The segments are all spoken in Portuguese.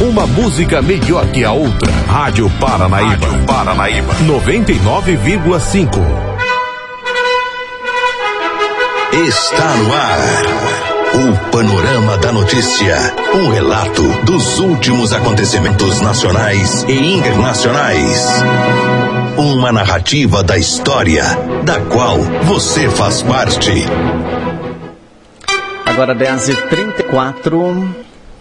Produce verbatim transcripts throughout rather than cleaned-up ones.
Uma música melhor que a outra. Rádio Paranaíba. Rádio Paranaíba. noventa e nove vírgula cinco. Está no ar o Panorama da Notícia. Um relato dos últimos acontecimentos nacionais e internacionais. Uma narrativa da história, da qual você faz parte. Agora dez e trinta e quatro.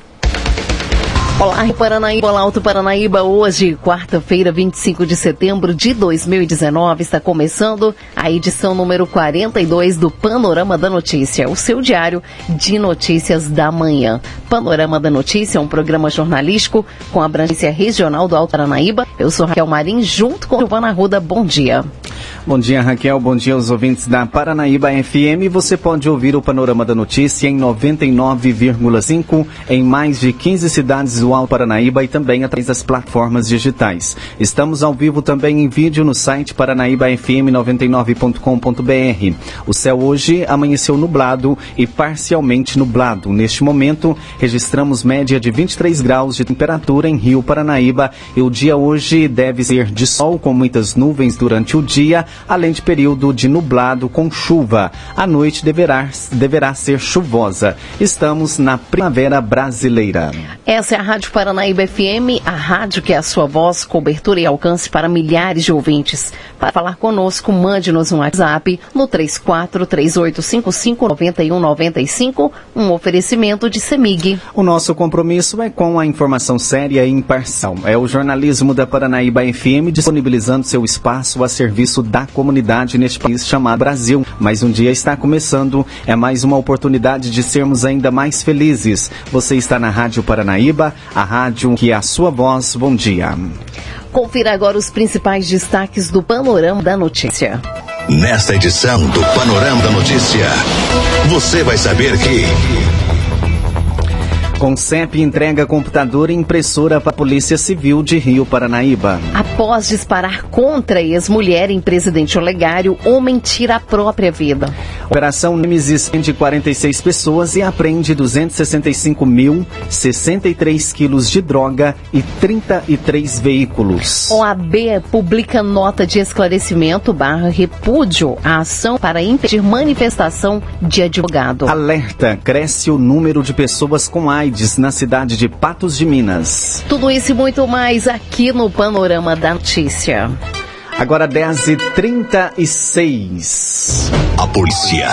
Olá, Paranaíba, olá, Alto Paranaíba. Hoje, quarta-feira, vinte e cinco de setembro de dois mil e dezenove, está começando a edição número quarenta e dois do Panorama da Notícia, o seu diário de notícias da manhã. Panorama da Notícia é um programa jornalístico com abrangência regional do Alto Paranaíba. Eu sou Raquel Marim, junto com Giovana Arruda. Bom dia. Bom dia, Raquel. Bom dia aos ouvintes da Paranaíba F M. Você pode ouvir o Panorama da Notícia em noventa e nove vírgula cinco em mais de quinze cidades do Alto Paranaíba e também através das plataformas digitais. Estamos ao vivo também em vídeo no site paranaíba f m noventa e nove ponto com ponto b r. O céu hoje amanheceu nublado e parcialmente nublado. Neste momento, registramos média de vinte e três graus de temperatura em Rio Paranaíba e o dia hoje deve ser de sol com muitas nuvens durante o dia, além de período de nublado com chuva. A noite deverá, deverá ser chuvosa. Estamos na primavera brasileira. Essa é a Rádio Paranaíba F M, a rádio que é a sua voz, cobertura e alcance para milhares de ouvintes. Para falar conosco, mande-nos um WhatsApp no três quatro três oito cinco cinco nove um nove cinco, um oferecimento de CEMIG. O nosso compromisso é com a informação séria e imparcial. É o jornalismo da Paranaíba F M disponibilizando seu espaço a serviço da comunidade neste país chamado Brasil. Mais um dia está começando, é mais uma oportunidade de sermos ainda mais felizes. Você está na Rádio Paranaíba, a rádio que é a sua voz. Bom dia. Confira agora os principais destaques do Panorama da Notícia. Nesta edição do Panorama da Notícia, você vai saber que... Concep entrega computador e impressora para a Polícia Civil de Rio Paranaíba. Após disparar contra ex-mulher em Presidente Olegário, homem tira a própria vida. Operação Nêmesis prende quarenta e seis pessoas e apreende duzentos e sessenta e cinco mil, sessenta e três quilos de droga e trinta e três veículos. O A B publica nota de esclarecimento barra repúdio à ação para impedir manifestação de advogado. Alerta, cresce o número de pessoas com AIDS na cidade de Patos de Minas. Tudo isso e muito mais aqui no Panorama da Notícia. Agora dez e trinta e seis. A polícia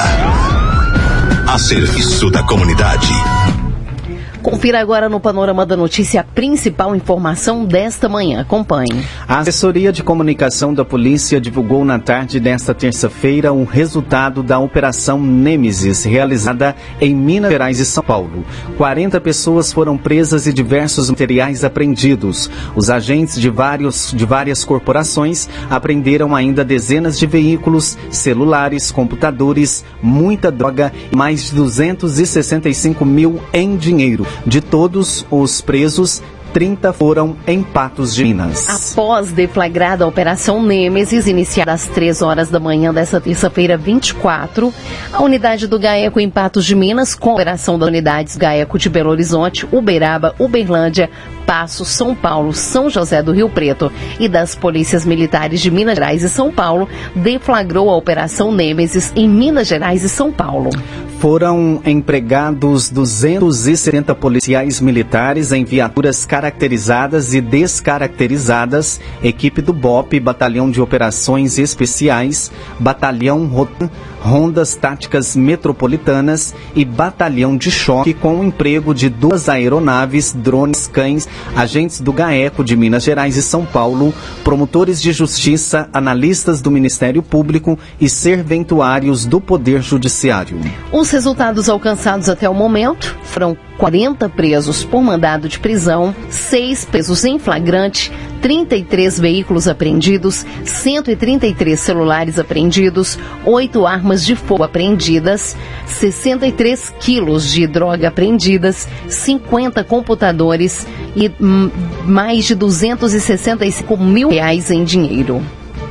a serviço da comunidade. Confira agora no Panorama da Notícia a principal informação desta manhã. Acompanhe. A Assessoria de Comunicação da Polícia divulgou na tarde desta terça-feira o resultado da Operação Nêmesis, realizada em Minas Gerais e São Paulo. quarenta pessoas foram presas e diversos materiais apreendidos. Os agentes de, vários, de várias corporações apreenderam ainda dezenas de veículos, celulares, computadores, muita droga e mais de duzentos e sessenta e cinco mil em dinheiro. De todos os presos, trinta foram em Patos de Minas. Após deflagrada a Operação Nêmesis, iniciada às três horas da manhã desta terça-feira, vinte e quatro, a unidade do GAECO em Patos de Minas, com a operação das unidades GAECO de Belo Horizonte, Uberaba, Uberlândia, Paços, São Paulo, São José do Rio Preto e das polícias militares de Minas Gerais e São Paulo, deflagrou a Operação Nêmesis em Minas Gerais e São Paulo. Foram empregados duzentos e setenta policiais militares em viaturas caracterizadas e descaracterizadas, equipe do B O P, Batalhão de Operações Especiais, Batalhão Rotan, Rondas Táticas Metropolitanas e Batalhão de Choque, com o emprego de duas aeronaves, drones, cães, agentes do GAECO de Minas Gerais e São Paulo, promotores de justiça, analistas do Ministério Público e serventuários do Poder Judiciário. Os resultados alcançados até o momento foram quarenta presos por mandado de prisão, seis presos em flagrante, trinta e três veículos apreendidos, cento e trinta e três celulares apreendidos, oito armas de fogo apreendidas, sessenta e três quilos de droga apreendidas, cinquenta computadores e hum, mais de duzentos e sessenta e cinco mil reais em dinheiro.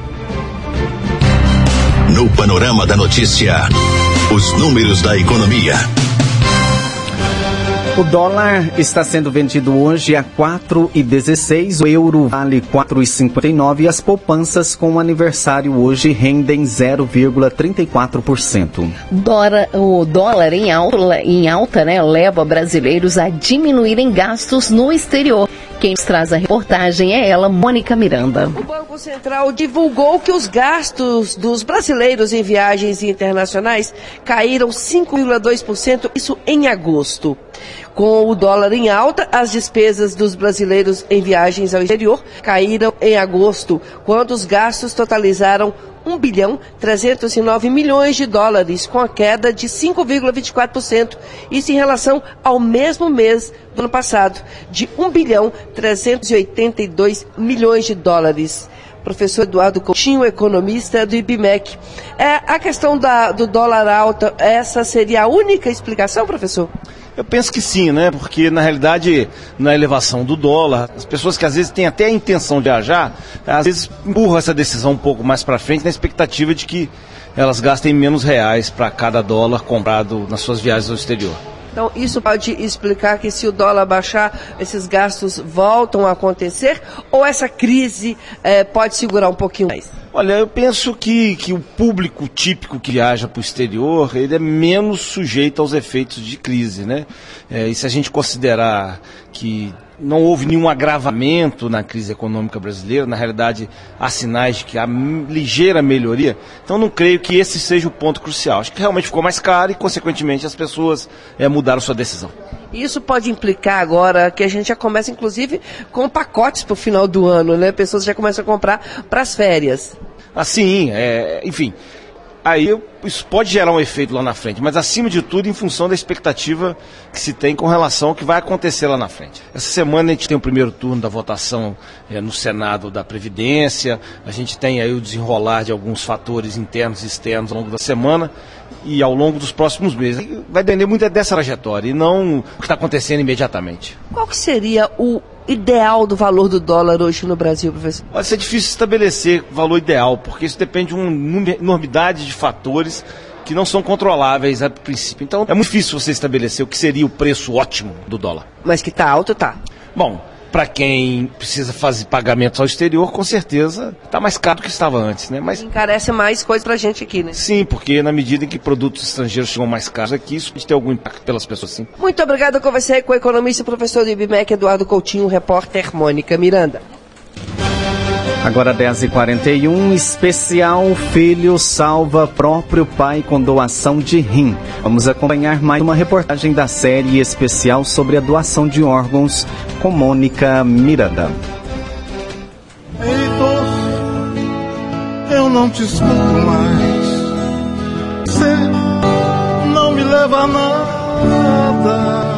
No Panorama da Notícia, os números da economia. O dólar está sendo vendido hoje a quatro reais e dezesseis centavos, o euro vale quatro reais e cinquenta e nove centavos e as poupanças com o aniversário hoje rendem zero vírgula trinta e quatro por cento. Dólar, o dólar em alta, em alta né, leva brasileiros a diminuírem gastos no exterior. Quem nos traz a reportagem é ela, Mônica Miranda. O Banco Central divulgou que os gastos dos brasileiros em viagens internacionais caíram cinco vírgula dois por cento, isso em agosto. Com o dólar em alta, as despesas dos brasileiros em viagens ao exterior caíram em agosto, quando os gastos totalizaram um bilhão trezentos e nove milhões de dólares, com a queda de cinco vírgula vinte e quatro por cento, isso em relação ao mesmo mês do ano passado, de um bilhão trezentos e oitenta e dois milhões de dólares. Professor Eduardo Coutinho, economista do I B M E C. É, a questão da, do dólar alta, essa seria a única explicação, professor? Eu penso que sim, né? Porque na realidade, na elevação do dólar, as pessoas que às vezes têm até a intenção de viajar, às vezes empurram essa decisão um pouco mais para frente na expectativa de que elas gastem menos reais para cada dólar comprado nas suas viagens ao exterior. Então, isso pode explicar que se o dólar baixar, esses gastos voltam a acontecer? Ou essa crise eh, pode segurar um pouquinho mais? Olha, eu penso que, que o público típico que viaja para o exterior, ele é menos sujeito aos efeitos de crise, né? É, e se a gente considerar que não houve nenhum agravamento na crise econômica brasileira, na realidade há sinais de que há ligeira melhoria, então não creio que esse seja o ponto crucial. Acho que realmente ficou mais caro e, consequentemente, as pessoas é, mudaram sua decisão. Isso pode implicar agora que a gente já começa, inclusive, com pacotes para o final do ano, né? Pessoas já começam a comprar para as férias. Assim, é, enfim, aí isso pode gerar um efeito lá na frente, mas acima de tudo em função da expectativa que se tem com relação ao que vai acontecer lá na frente. Essa semana a gente tem o primeiro turno da votação é, no Senado da Previdência, a gente tem aí o desenrolar de alguns fatores internos e externos ao longo da semana e ao longo dos próximos meses. Vai depender muito dessa trajetória e não o que está acontecendo imediatamente. Qual que seria o ideal do valor do dólar hoje no Brasil, professor? Pode ser difícil estabelecer valor ideal, porque isso depende de uma enormidade de fatores que não são controláveis a princípio. Então é muito difícil você estabelecer o que seria o preço ótimo do dólar. Mas que está alto, tá. Bom, para quem precisa fazer pagamentos ao exterior, com certeza está mais caro do que estava antes, né? Mas encarece mais coisa para a gente aqui, né? Sim, porque na medida em que produtos estrangeiros chegam mais caros aqui, isso pode ter algum impacto pelas pessoas, sim. Muito obrigado, eu conversei com o economista e professor do I B M E C, Eduardo Coutinho, repórter Mônica Miranda. Agora dez e quarenta e um, especial Filho salva próprio pai com doação de rim. Vamos acompanhar mais uma reportagem da série especial sobre a doação de órgãos com Mônica Miranda. Heitor, eu não te escuto mais. Você não me leva a nada.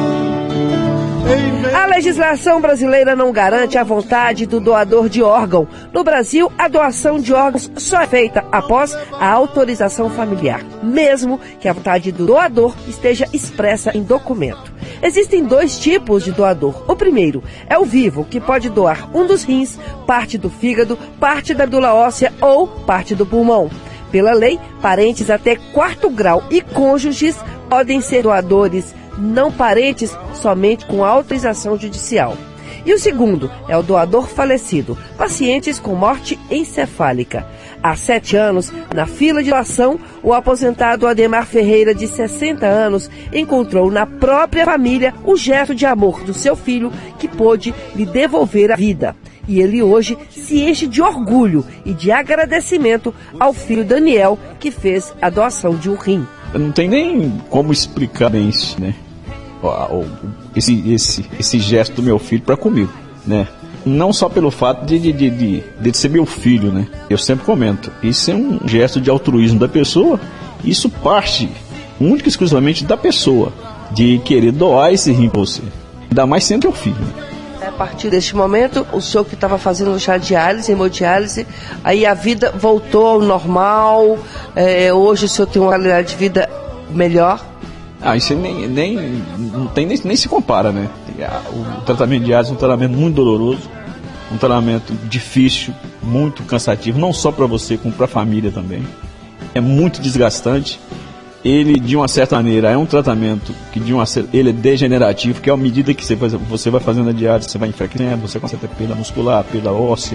A legislação brasileira não garante a vontade do doador de órgão. No Brasil, a doação de órgãos só é feita após a autorização familiar, mesmo que a vontade do doador esteja expressa em documento. Existem dois tipos de doador. O primeiro é o vivo, que pode doar um dos rins, parte do fígado, parte da medula óssea ou parte do pulmão. Pela lei, parentes até quarto grau e cônjuges podem ser doadores, não parentes somente com autorização judicial. E o segundo é o doador falecido, pacientes com morte encefálica. Há sete anos, na fila de doação, o aposentado Ademar Ferreira, de sessenta anos, encontrou na própria família o gesto de amor do seu filho que pôde lhe devolver a vida. E ele hoje se enche de orgulho e de agradecimento ao filho Daniel, que fez a doação de um rim. Não tem nem como explicar bem isso, né? Esse, esse, esse gesto do meu filho para comigo, né? Não só pelo fato de, de, de, de, de ser meu filho, né? Eu sempre comento, isso é um gesto de altruísmo da pessoa, isso parte única e exclusivamente da pessoa, de querer doar esse rim para você. Ainda mais sendo teu filho. A partir deste momento, o senhor que estava fazendo chá de diálise, hemodiálise, aí a vida voltou ao normal, é, hoje o senhor tem uma qualidade de vida melhor? Ah, isso nem, nem, não tem, nem, nem se compara, né? O tratamento de diálise é um tratamento muito doloroso, um tratamento difícil, muito cansativo, não só para você, como para a família também. É muito desgastante ele de uma certa maneira é um tratamento que de uma, ele é degenerativo, que é à medida que você, você vai fazendo a diária, você vai enfraquecendo, você consegue ter perda muscular, perda óssea,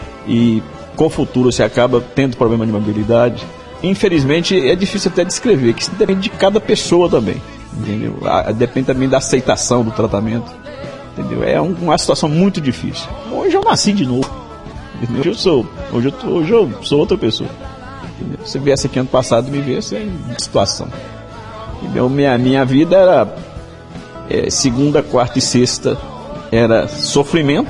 e com o futuro você acaba tendo problema de mobilidade. Infelizmente é difícil até descrever, que isso depende de cada pessoa também, entendeu? Depende também da aceitação do tratamento, entendeu? É uma situação muito difícil. Hoje eu nasci de novo, entendeu? Hoje eu sou, hoje eu, tô, hoje eu sou outra pessoa. Entendeu? Se viesse aqui ano passado me viesse em situação, entendeu? Minha, minha vida era é, segunda, quarta e sexta era sofrimento,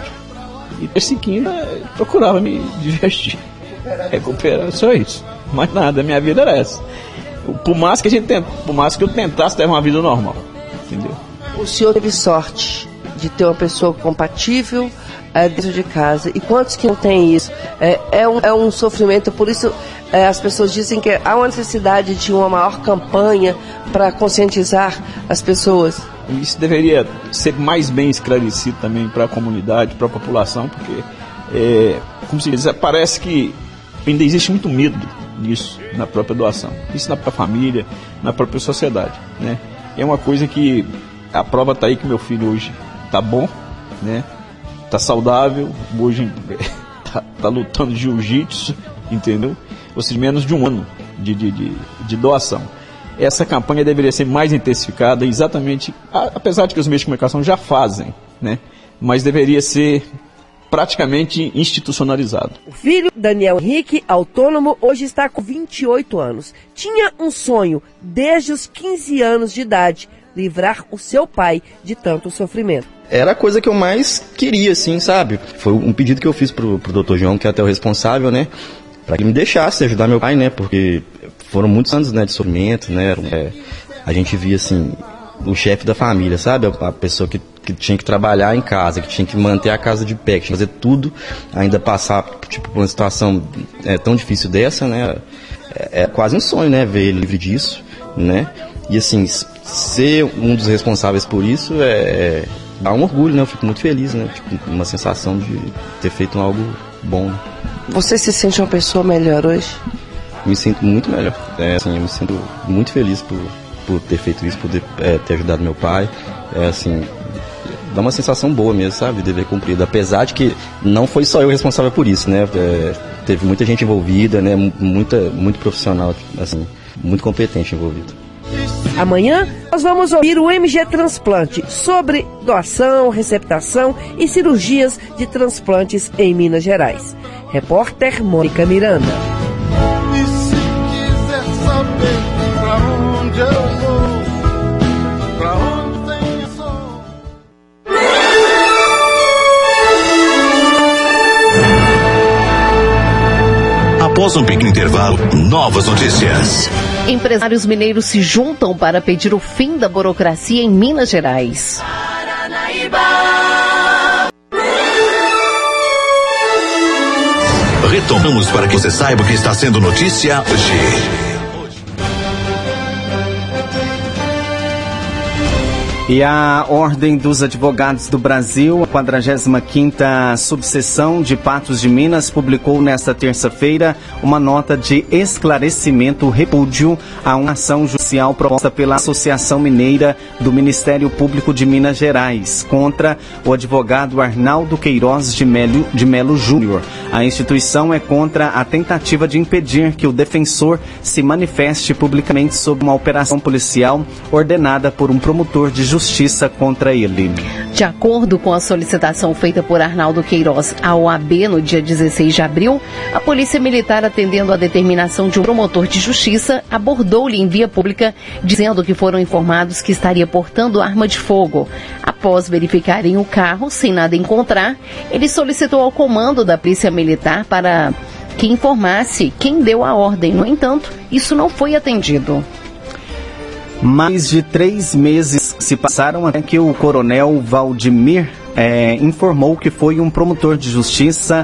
e terça e quinta procurava me divertir, recuperar, só isso. Mais nada, a minha vida era essa. Por mais que a gente tenta, por mais que eu tentasse ter uma vida normal, entendeu? O senhor teve sorte de ter uma pessoa compatível é, dentro de casa. E quantos que não tem isso? É, é, um, é um sofrimento, por isso é, as pessoas dizem que há uma necessidade de uma maior campanha para conscientizar as pessoas. Isso deveria ser mais bem esclarecido também para a comunidade, para a população, porque, é, como se diz, parece que ainda existe muito medo disso na própria doação, isso na própria família, na própria sociedade, né? É uma coisa que a prova está aí que meu filho hoje está bom, né? Está saudável, hoje está tá lutando jiu-jitsu, entendeu? Ou seja, menos de um ano de, de, de, de doação. Essa campanha deveria ser mais intensificada, exatamente, apesar de que os meios de comunicação já fazem, né? Mas deveria ser praticamente institucionalizado. O filho, Daniel Henrique, autônomo, hoje está com vinte e oito anos. Tinha um sonho desde os quinze anos de idade, livrar o seu pai de tanto sofrimento. Era a coisa que eu mais queria, assim, sabe? Foi um pedido que eu fiz pro, pro doutor João, que é até o responsável, né? Para que me deixasse ajudar meu pai, né? Porque foram muitos anos, né, de sofrimento, né? É, a gente via, assim, o chefe da família, sabe? A pessoa que, que tinha que trabalhar em casa, que tinha que manter a casa de pé, que tinha que fazer tudo, ainda passar, tipo, por uma situação é, tão difícil dessa, né? É, é quase um sonho, né? Ver ele livre disso, né? E, assim, ser um dos responsáveis por isso é, é dá um orgulho, né? Eu fico muito feliz, né? Tipo, uma sensação de ter feito algo bom, né? Você se sente uma pessoa melhor hoje? Me sinto muito melhor. É, assim, eu me sinto muito feliz por, por ter feito isso, por ter, é, ter ajudado meu pai. É, assim, dá uma sensação boa mesmo, sabe? De dever cumprido. Apesar de que não foi só eu responsável por isso, né? É, teve muita gente envolvida, né? Muita, muito profissional, assim, muito competente envolvido. Amanhã nós vamos ouvir o M G Transplante sobre doação, receptação e cirurgias de transplantes em Minas Gerais. Repórter Mônica Miranda. E se quiser saber pra onde eu vou, pra onde tem sol. Após um pequeno intervalo, novas notícias. Empresários mineiros se juntam para pedir o fim da burocracia em Minas Gerais. Retomamos para que você saiba o que está sendo notícia hoje. E a Ordem dos Advogados do Brasil, a quadragésima quinta subseção de Patos de Minas, publicou nesta terça-feira uma nota de esclarecimento repúdio a uma ação judicial proposta pela Associação Mineira do Ministério Público de Minas Gerais contra o advogado Arnaldo Queiroz de Melo, de Melo Júnior. A instituição é contra a tentativa de impedir que o defensor se manifeste publicamente sobre uma operação policial ordenada por um promotor de justiça contra ele. De acordo com a solicitação feita por Arnaldo Queiroz à O A B no dia dezesseis de abril, a Polícia Militar, atendendo à determinação de um promotor de justiça, abordou-lhe em via pública, dizendo que foram informados que estaria portando arma de fogo. Após verificarem o carro, sem nada encontrar, ele solicitou ao comando da Polícia Militar para que informasse quem deu a ordem. No entanto, isso não foi atendido. Mais de três meses se passaram até que o coronel Valdemir é, informou que foi um promotor de justiça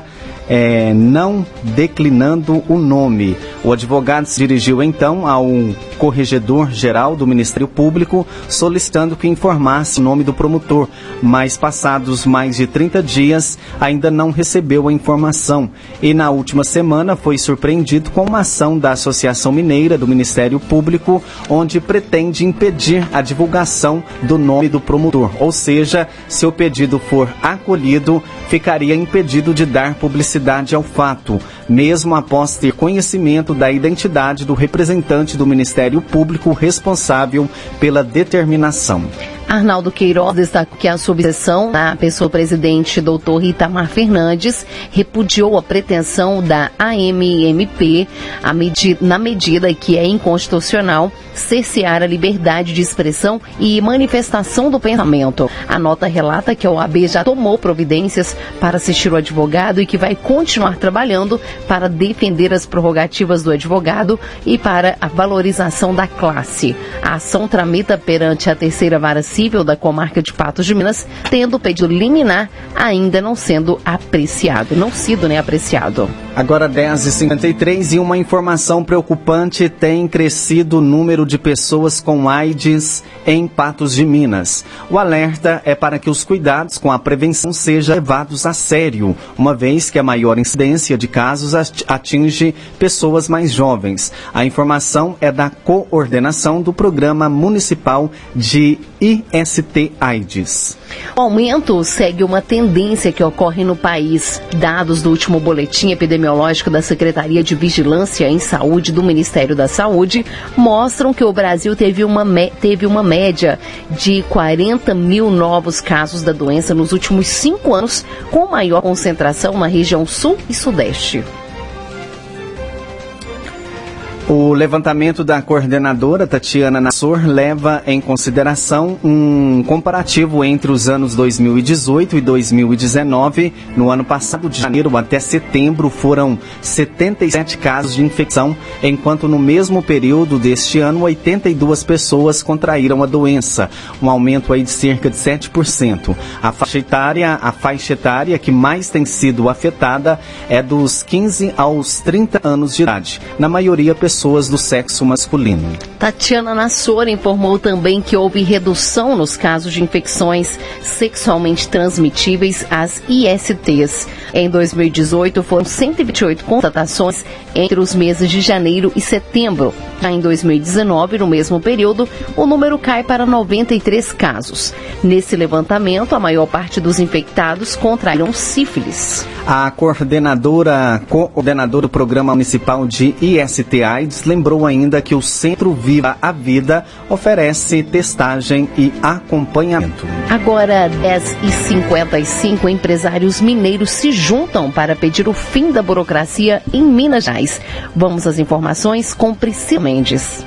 é, não declinando o nome. O advogado se dirigiu então ao corregedor-geral do Ministério Público solicitando que informasse o nome do promotor, mas passados mais de trinta dias ainda não recebeu a informação e na última semana foi surpreendido com uma ação da Associação Mineira do Ministério Público, onde pretende impedir a divulgação do nome do promotor, ou seja, se o pedido for acolhido, ficaria impedido de dar publicidade ao fato, mesmo após ter conhecimento da identidade do representante do Ministério Público responsável pela determinação. Arnaldo Queiroz destacou que a subseção da pessoa presidente doutor Itamar Fernandes repudiou a pretensão da A M M P a medi- na medida que é inconstitucional cercear a liberdade de expressão e manifestação do pensamento. A nota relata que a O A B já tomou providências para assistir o advogado e que vai continuar trabalhando para defender as prerrogativas do advogado e para a valorização da classe. A ação tramita perante a terceira vara civil da comarca de Patos de Minas, tendo o pedido liminar ainda não sendo apreciado, não sido, né, apreciado. Agora dez e cinquenta e três e uma informação preocupante: tem crescido o número de pessoas com AIDS em Patos de Minas. O alerta é para que os cuidados com a prevenção sejam levados a sério, uma vez que a maior incidência de casos atinge pessoas mais jovens. A informação é da coordenação do Programa Municipal de I S T AIDS. O aumento segue uma tendência que ocorre no país. Dados do último boletim epidemiológico da Secretaria de Vigilância em Saúde do Ministério da Saúde mostram que o Brasil teve uma, teve uma média de quarenta mil novos casos da doença nos últimos cinco anos, com maior concentração na região sul e sudeste. O levantamento da coordenadora Tatiana Nassor leva em consideração um comparativo entre os anos dois mil e dezoito e dois mil e dezenove. No ano passado, de janeiro até setembro, foram setenta e sete casos de infecção, enquanto no mesmo período deste ano, oitenta e duas pessoas contraíram a doença, um aumento aí de cerca de sete por cento. A faixa etária, a faixa etária que mais tem sido afetada é dos quinze aos trinta anos de idade, na maioria pessoas pessoas do sexo masculino. Tatiana Nassor informou também que houve redução nos casos de infecções sexualmente transmitíveis, as I S Ts. Em dois mil e dezoito, foram cento e vinte e oito constatações entre os meses de janeiro e setembro. Já em dois mil e dezenove, no mesmo período, o número cai para noventa e três casos. Nesse levantamento, a maior parte dos infectados contraíram sífilis. A coordenadora, coordenadora do Programa Municipal de I S T AIDS lembrou ainda que o Centro Viva a Vida oferece testagem e acompanhamento. Agora, dez e cinquenta e cinco, empresários mineiros se juntam para pedir o fim da burocracia em Minas Gerais. Vamos às informações com Priscila Mendes.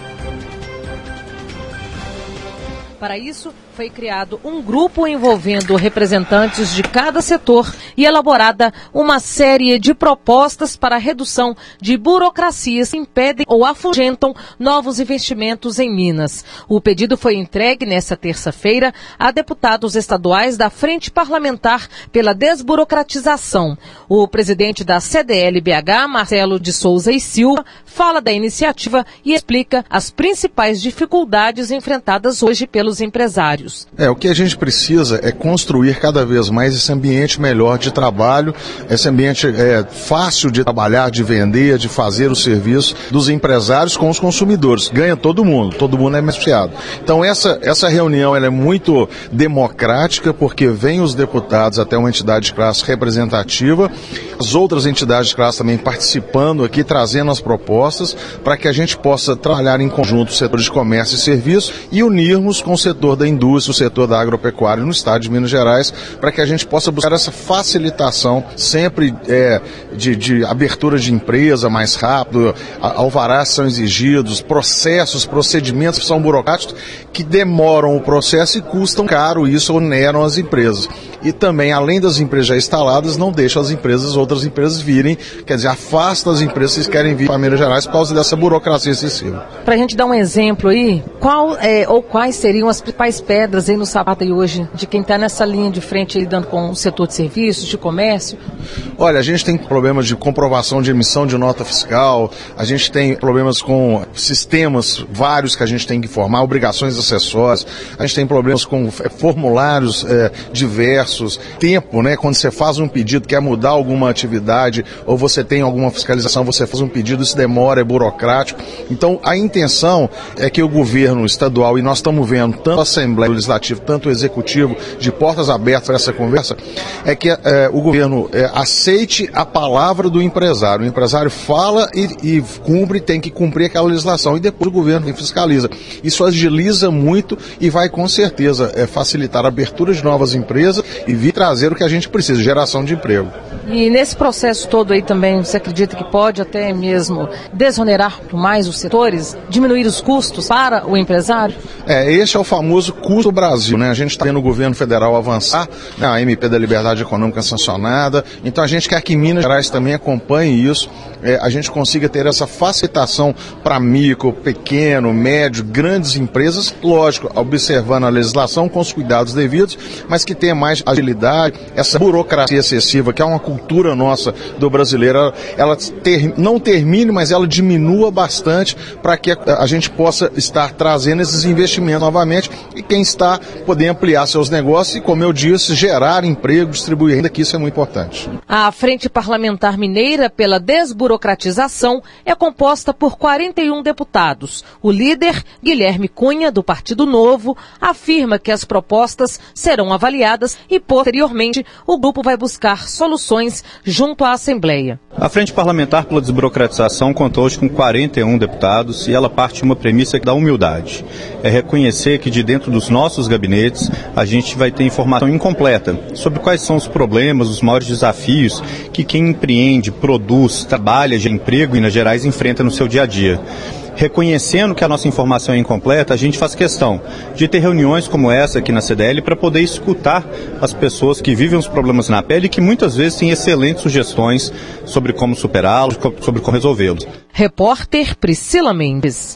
Para isso, foi criado um grupo envolvendo representantes de cada setor e elaborada uma série de propostas para a redução de burocracias que impedem ou afugentam novos investimentos em Minas. O pedido foi entregue nesta terça-feira a deputados estaduais da Frente Parlamentar pela Desburocratização. O presidente da C D L B H, Marcelo de Souza e Silva, fala da iniciativa e explica as principais dificuldades enfrentadas hoje pelos empresários. É, o que a gente precisa é construir cada vez mais esse ambiente melhor de trabalho, esse ambiente é, fácil de trabalhar, de vender, de fazer o serviço dos empresários com os consumidores. Ganha todo mundo, todo mundo é beneficiado. Então essa, essa reunião ela é muito democrática, porque vem os deputados até uma entidade de classe representativa, as outras entidades de classe também participando aqui, trazendo as propostas, para que a gente possa trabalhar em conjunto o setor de comércio e serviço e unirmos com o setor da indústria, o setor da agropecuária no estado de Minas Gerais, para que a gente possa buscar essa facilitação sempre é, de, de abertura de empresa mais rápido, alvarás são exigidos, processos, procedimentos que são burocráticos que demoram o processo e custam caro, isso oneram as empresas. E também, além das empresas já instaladas, não deixa as empresas, outras empresas virem, quer dizer, afasta as empresas que querem vir para Minas Gerais por causa dessa burocracia excessiva. Para a gente dar um exemplo aí, qual é, ou quais seriam as principais pedras aí no sapato aí hoje de quem está nessa linha de frente lidando com o setor de serviços, de comércio? Olha, a gente tem problemas de comprovação de emissão de nota fiscal, a gente tem problemas com sistemas vários que a gente tem que informar, obrigações acessórias, a gente tem problemas com formulários é, diversos, tempo, né? Quando você faz um pedido, quer mudar alguma atividade ou você tem alguma fiscalização, você faz um pedido, isso demora, é burocrático. Então, a intenção é que o governo estadual, e nós estamos vendo tanto a Assembleia Legislativa, tanto o Executivo, de portas abertas para essa conversa, é que é, o governo é, aceite a palavra do empresário. O empresário fala e, e cumpre, tem que cumprir aquela legislação, e depois o governo fiscaliza. Isso agiliza muito e vai com certeza é, facilitar a abertura de novas empresas e vir trazer o que a gente precisa, geração de emprego. E nesse processo todo aí também, você acredita que pode até mesmo desonerar mais os setores, diminuir os custos para o empresário? É, esse é o famoso custo do Brasil, né? A gente está vendo o governo federal avançar, né? A M P da Liberdade Econômica sancionada, então a gente quer que Minas Gerais também acompanhe isso, é, a gente consiga ter essa facilitação para micro, pequeno, médio, grandes empresas, lógico, observando a legislação com os cuidados devidos, mas que tenha mais agilidade, essa burocracia excessiva, que é uma cultura nossa do brasileiro, ela, ela ter, não termine, mas ela diminua bastante para que a, a gente possa estar trazendo esses investimentos novamente e quem está poder ampliar seus negócios e, como eu disse, gerar emprego, distribuir renda, que isso é muito importante. A Frente Parlamentar Mineira pela Desburocratização é composta por quarenta e um deputados. O líder, Guilherme Cunha, do Partido Novo, afirma que as propostas serão avaliadas e, posteriormente, o grupo vai buscar soluções junto à Assembleia. A Frente Parlamentar pela Desburocratização contou hoje com quarenta e um deputados e ela parte de uma premissa da humildade. É reconhecer que de dentro dos nossos gabinetes a gente vai ter informação incompleta sobre quais são os problemas, os maiores desafios que quem empreende, produz, trabalha de emprego em Minas Gerais enfrenta no seu dia a dia. Reconhecendo que a nossa informação é incompleta, a gente faz questão de ter reuniões como essa aqui na C D L para poder escutar as pessoas que vivem os problemas na pele e que muitas vezes têm excelentes sugestões sobre como superá-los, sobre como resolvê-los. Repórter Priscila Mendes.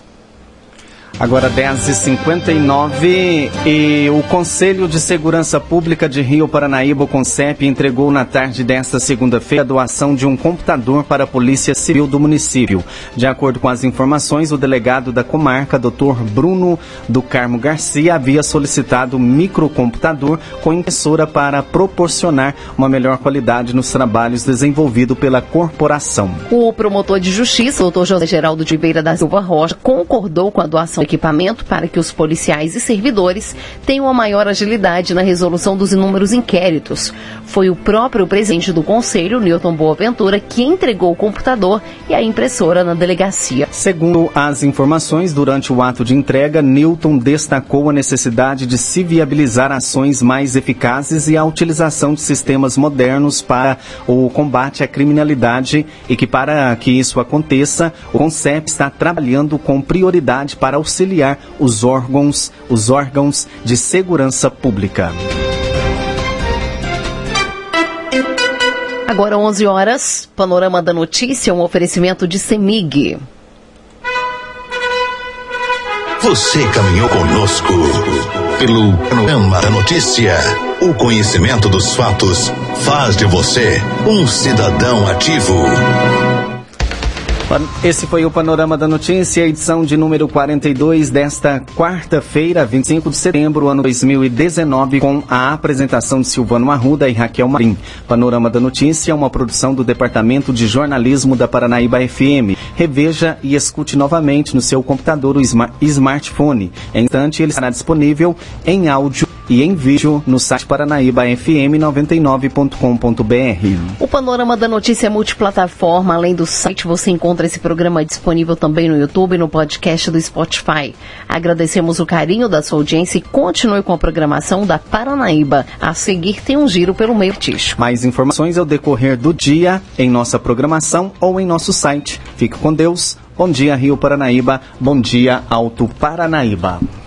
Agora dez e cinquenta e nove e o Conselho de Segurança Pública de Rio Paranaíba, o CONSEP, entregou na tarde desta segunda-feira a doação de um computador para a Polícia Civil do município. De acordo com as informações, o delegado da comarca, doutor Bruno do Carmo Garcia, havia solicitado um microcomputador com impressora para proporcionar uma melhor qualidade nos trabalhos desenvolvidos pela corporação. O promotor de justiça, doutor José Geraldo de Ribeira da Silva Rocha, concordou com a doação equipamento para que os policiais e servidores tenham uma maior agilidade na resolução dos inúmeros inquéritos. Foi o próprio presidente do Conselho, Newton Boaventura, que entregou o computador e a impressora na delegacia. Segundo as informações, durante o ato de entrega, Newton destacou a necessidade de se viabilizar ações mais eficazes e a utilização de sistemas modernos para o combate à criminalidade e que, para que isso aconteça, o CONSEP está trabalhando com prioridade para auxiliar os órgãos, os órgãos de segurança pública. Agora onze horas, Panorama da Notícia, um oferecimento de CEMIG. Você caminhou conosco pelo Panorama da Notícia. O conhecimento dos fatos faz de você um cidadão ativo. Esse foi o Panorama da Notícia, edição de número quarenta e dois desta quarta-feira, vinte e cinco de setembro, ano dois mil e dezenove, com a apresentação de Silvano Arruda e Raquel Marim. Panorama da Notícia é uma produção do Departamento de Jornalismo da Paranaíba F M. Reveja e escute novamente no seu computador ou smartphone. Em instante, ele estará disponível em áudio e em vídeo no site paranaíba f m noventa e nove ponto com ponto b r. O Panorama da Notícia é multiplataforma. Além do site, você encontra esse programa disponível também no YouTube e no podcast do Spotify. Agradecemos o carinho da sua audiência e continue com a programação da Paranaíba. A seguir tem um giro pelo meio artístico. Mais informações ao decorrer do dia em nossa programação ou em nosso site. Fique com Deus. Bom dia, Rio Paranaíba. Bom dia, Alto Paranaíba.